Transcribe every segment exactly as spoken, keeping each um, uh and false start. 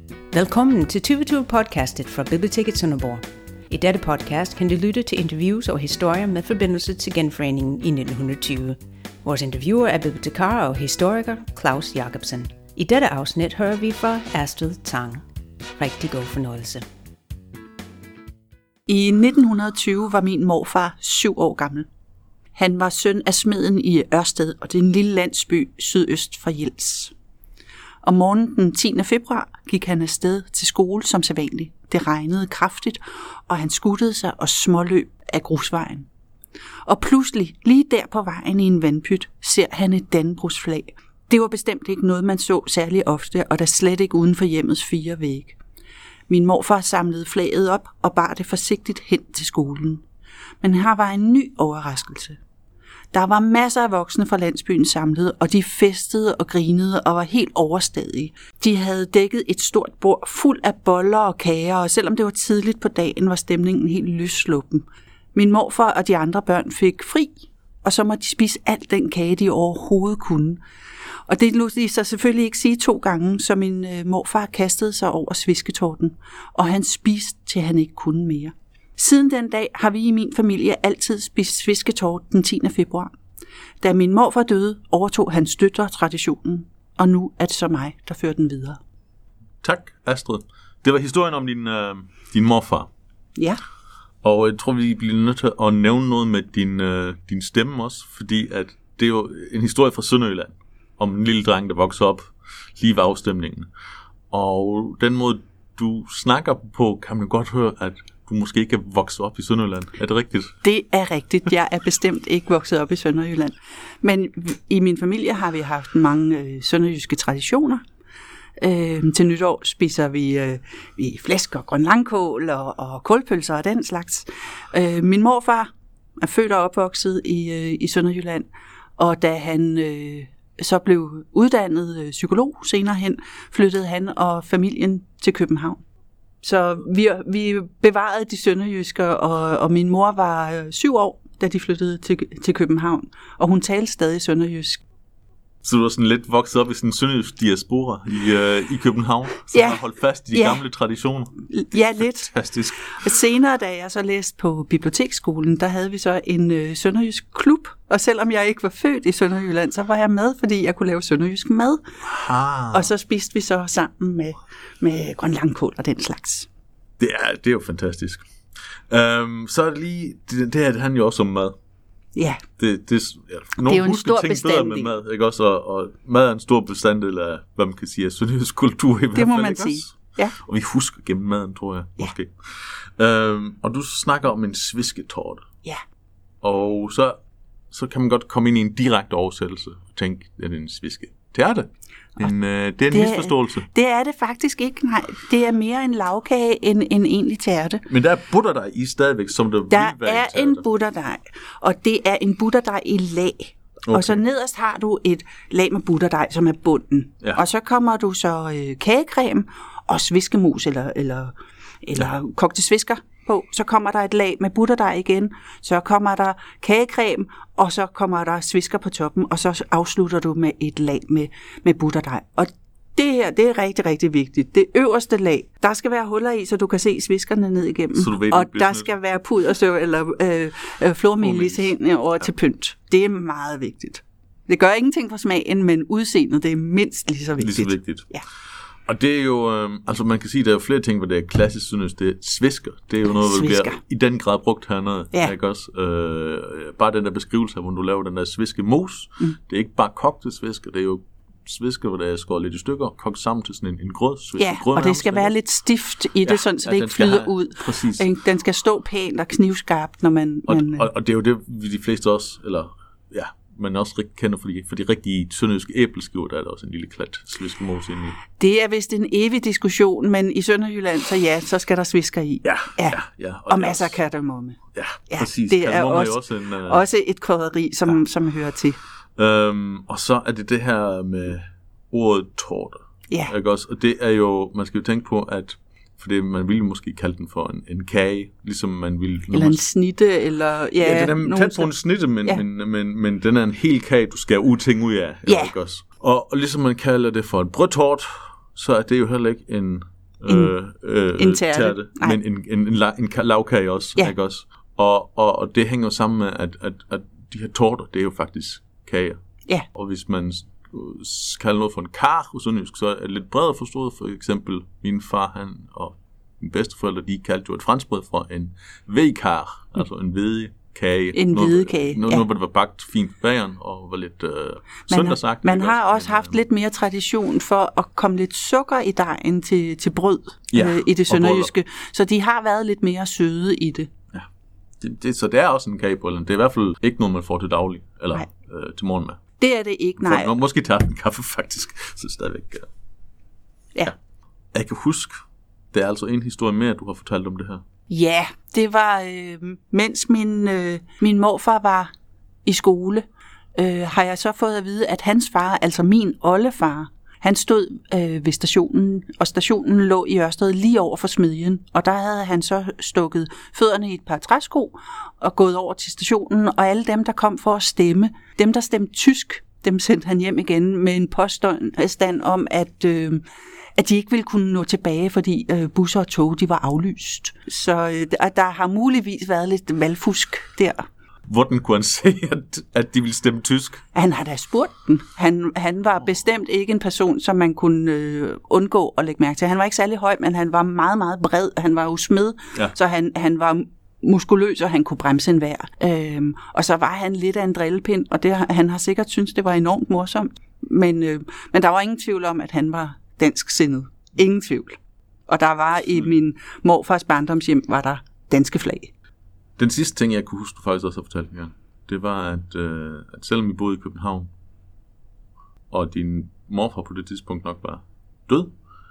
Velkommen til tyve tyve-podcastet fra Biblioteket Sønderborg. I dette podcast kan du lytte til interviews og historier med forbindelse til genforeningen i nitten tyve. Vores interviewer er bibliotekar og historiker Claus Jacobsen. I dette afsnit hører vi fra Astrid Tang. Rigtig god fornøjelse. I nitten tyve var min morfar syv år gammel. Han var søn af smeden i Ørsted, og det er en lille landsby sydøst for Jels. Om morgenen den tiende februar gik han afsted til skole som sædvanligt. Det regnede kraftigt, og han skuttede sig og småløb af grusvejen. Og pludselig, lige der på vejen i en vandpyt, ser han et dannebrogsflag. Det var bestemt ikke noget, man så særlig ofte, og der slet ikke uden for hjemmets fire vægge. Min morfar samlede flaget op og bar det forsigtigt hen til skolen. Men her var en ny overraskelse. Der var masser af voksne fra landsbyen samlet, og de festede og grinede og var helt overstadige. De havde dækket et stort bord fuld af boller og kager, og selvom det var tidligt på dagen, var stemningen helt løssluppen. Min morfar og de andre børn fik fri, og så måtte de spise alt den kage, de overhovedet kunne. Og det lod de sig selvfølgelig ikke sige to gange, så min øh, morfar kastede sig over svisketorten, og han spiste, til han ikke kunne mere. Siden den dag har vi i min familie altid spist svisketort den tiende februar. Da min morfar døde, overtog hans døtre traditionen, og nu er det så mig, der fører den videre. Tak, Astrid. Det var historien om din, øh, din morfar. Ja. Og jeg tror, vi bliver nødt til at nævne noget med din, øh, din stemme også, fordi at det er jo en historie fra Sønderjylland, om en lille dreng, der vokser op lige ved afstemningen. Og den måde, du snakker på, kan man godt høre, at du måske ikke er vokset op i Sønderjylland. Er det rigtigt? Det er rigtigt. Jeg er bestemt ikke vokset op i Sønderjylland. Men i min familie har vi haft mange øh, sønderjyske traditioner. Øh, til nytår spiser vi, øh, vi flæsk og grøn langkål og, og kålpølser og den slags. Øh, min morfar er født og opvokset i, øh, i Sønderjylland, og da han øh, så blev uddannet øh, psykolog senere hen, flyttede han og familien til København. Så vi, vi bevarede de sønderjyske, og, og min mor var øh, syv år, da de flyttede til, til København, og hun talte stadig sønderjysk. Så du var sådan lidt vokset op i sådan en sønderjysk diaspora i, øh, i København, som ja. har holdt fast i de ja. gamle traditioner. Ja, lidt. Fantastisk. Senere, da jeg så læste på biblioteksskolen, der havde vi så en øh, sønderjysk klub, og selvom jeg ikke var født i Sønderjylland, så var jeg med, fordi jeg kunne lave sønderjysk mad. Ah. Og så spiste vi så sammen med, med grøn langkål og den slags. Det er, det er jo fantastisk. Um, så er det lige, det, det her det handler jo også om mad. Ja. Det, det, ja, det er jo en stor bestanddel. Med mad, ikke også? Og, og mad er en stor bestanddel af, hvad man kan sige, af sønderjysk kultur i hvert fald. Det må man sige, ja. Og vi husker gennem maden, tror jeg, ja. måske. Um, og du snakker om en svisketorte. Ja. Og så, så kan man godt komme ind i en direkte oversættelse og tænke, det er en svisketærte. En, øh, det er en det, misforståelse. Det er det faktisk ikke, nej. Det er mere en lavkage end en egentlig tærte. Men der er butterdej i stadigvæk, som der, der vil være er en, en butterdej, og det er en butterdej i lag. Okay. Og så nederst har du et lag med butterdej, som er bunden. Ja. Og så kommer du så øh, kagecreme og sviskemus eller, eller, eller ja. kogte svisker på. Så kommer der et lag med butterdej igen, så kommer der kagecreme, og så kommer der svisker på toppen, og så afslutter du med et lag med, med butterdej. Og det her, det er rigtig, rigtig vigtigt. Det øverste lag, der skal være huller i, så du kan se sviskerne ned igennem. Ved, og der skal være puderstøv eller øh, øh, flormelis hen over ja. til pynt. Det er meget vigtigt. Det gør ingenting for smagen, men udseendet, det er mindst lige så vigtigt. Lige så vigtigt. Ja. Og det er jo, øh, altså man kan sige, der er jo flere ting, hvor det er klassisk sønderjysk, det er svisker. Det er jo noget, der bliver i den grad brugt hernede, ja. ikke også? Øh, bare den der beskrivelse af, hvor du laver den der sviskemos, mm. det er ikke bare kogte svisker, det er jo svisker, hvor der er skåret lidt i stykker, kogt sammen til sådan en, en grød. Ja, og det skal være lidt stift i det, ja, sådan, så det ikke flyder have, ud. Præcis. Den skal stå pænt og knivskarpt, når man... Og, man, og, og det er jo det, vi de fleste også, eller ja, man også rigtig kender for de, for de rigtige sønderjyske æbleskiver, der er der også en lille klat sviskemos inde i. Det er vist en evig diskussion, men i Sønderjylland, så ja, så skal der svisker i. Ja, ja. ja, ja. Og, og masser af kardemomme. Ja, ja, præcis. Det er også, også, en, uh... også et krydderi, som, ja. som hører til. Um, og så er det det her med ordet torte. Ja. Ikke også? Og det er jo, man skal jo tænke på, at for det, man ville måske kalde den for en, en kage, ligesom man ville... Eller en snitte, eller... Ja, ja den er tæt på en snitte, men, ja. men, men, men den er en hel kage, du skal ud ting ud af. Ja. Ikke også? Og, og ligesom man kalder det for en brødtort, så er det jo heller ikke en En, øh, øh, en tærte. tærte men en, en, en, la, en lavkage også, ja. ikke også? Og, og, og det hænger sammen med, at, at, at de her torter, det er jo faktisk kager. Ja. Og hvis man kalder noget for en kar hos sønderjysk, så er det lidt bredere forstået. For eksempel min far, han og mine bedsteforældre, de kaldte jo et franskbrød for en vedkar, mm. altså en hvedekage. En hvedekage, noget, ja. noget, hvor det var bagt fint på bageren og var lidt øh, søndagsagtigt. Man har også haft lidt mere tradition for at komme lidt sukker i dejen til, til brød ja, øh, i det sønderjyske. Så de har været lidt mere søde i det. Ja, det, det, så det er også en kagebrød. Det er i hvert fald ikke noget, man får til daglig, eller øh, til morgenmad. Det er det ikke, nej. For, måske tager en kaffe faktisk, så stadigvæk. Ja. ja. Jeg kan huske, det er altså en historie mere, du har fortalt om det her. Ja, det var, øh, mens min, øh, min morfar var i skole, øh, har jeg så fået at vide, at hans far, altså min oldefar, han stod øh, ved stationen, og stationen lå i Ørsted lige over for smedjen, og der havde han så stukket fødderne i et par træsko og gået over til stationen, og alle dem, der kom for at stemme, dem, der stemte tysk, dem sendte han hjem igen med en påstand om, at, øh, at de ikke ville kunne nå tilbage, fordi øh, busser og tog, de var aflyst. Så øh, der har muligvis været lidt valgfusk der. Hvordan kunne han se, at, at de ville stemme tysk? Han har da spurgt den. Han, han var bestemt ikke en person, som man kunne øh, undgå at lægge mærke til. Han var ikke særlig høj, men han var meget, meget bred. Han var jo smed, ja. så han, han var muskuløs, og han kunne bremse en vejr. Øhm, og så var han lidt af en drillepind, og det, han har sikkert syntes, det var enormt morsomt. Men, øh, men der var ingen tvivl om, at han var dansksindet. Ingen tvivl. Og der var i min morfars barndomshjem, var der danske flag. Den sidste ting, jeg kunne huske, du faktisk også har fortalt mig, det var, at, øh, at selvom I boede i København, og din morfar på det tidspunkt nok var død,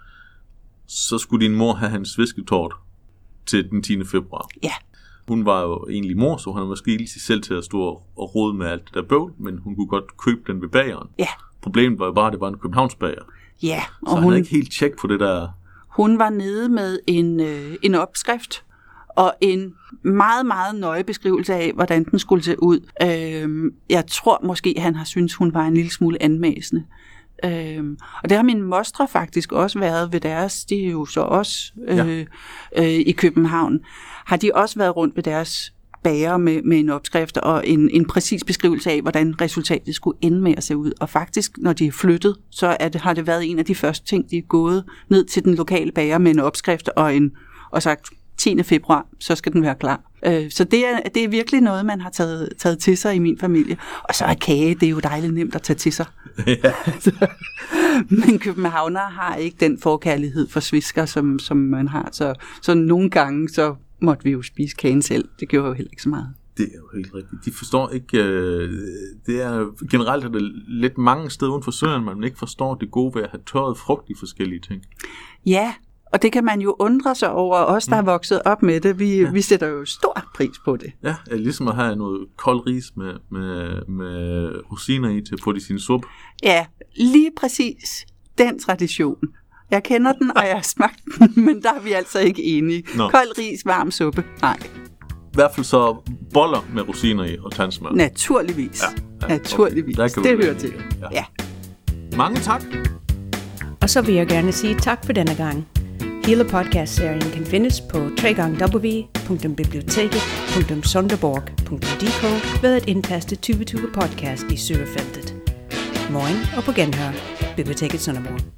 så skulle din mor have hans visketort til den tiende februar. Ja. Hun var jo egentlig mor, så hun havde måske lige sig selv til at stå og rode med alt det der bøvl, men hun kunne godt købe den ved bageren. Ja. Problemet var jo bare, at det var en københavnsbager. Ja. Og så han hun, havde ikke helt tjek på det der. Hun var nede med en, øh, en opskrift, og en meget, meget nøje beskrivelse af, hvordan den skulle se ud. Øh, jeg tror måske, han har syntes, hun var en lille smule anmæsende. Øhm, og det har mine mostre faktisk også været ved deres, de er jo så også øh, ja. øh, i København, har de også været rundt ved deres bager med, med en opskrift og en, en præcis beskrivelse af, hvordan resultatet skulle ende med at se ud. Og faktisk, når de er flyttet, så er det, har det været en af de første ting, de er gået ned til den lokale bager med en opskrift og, en, og sagt tiende februar, så skal den være klar. Øh, så det er, det er virkelig noget, man har taget, taget til sig i min familie. Og så er kage, det er jo dejligt nemt at tage til sig. Ja. Men københavnere har ikke den forkærlighed for svisker, som, som man har. Så, så nogle gange, så måtte vi jo spise kagen selv. Det gjorde jo heller ikke så meget. Det er jo helt rigtigt. De forstår ikke, øh, det er generelt er det lidt mange steder uden for Sønderjylland, man ikke forstår det gode ved at have tørret frugt i forskellige ting. Ja, og det kan man jo undre sig over, os der er vokset op med det. Vi, ja. vi sætter jo stor pris på det. Ja, ligesom at have noget kold ris med, med, med rosiner i til på i sin suppe. Ja, lige præcis den tradition. Jeg kender den, og jeg har smagt den, men der er vi altså ikke enige. Nå. Kold ris, varm suppe, nej. I hvert fald så boller med rosiner i og tandsmør. Naturligvis. Ja, ja, Naturligvis. Okay. Det hører til. Ja. ja. Mange tak. Og så vil jeg gerne sige tak for denne gang. Hele podcastserien kan findes på w w w punktum biblioteket punktum sonderborg punktum d k ved at indtaste tyve tyve podcast i søgefeltet. Morgen og på genhør. Biblioteket Sønderborg.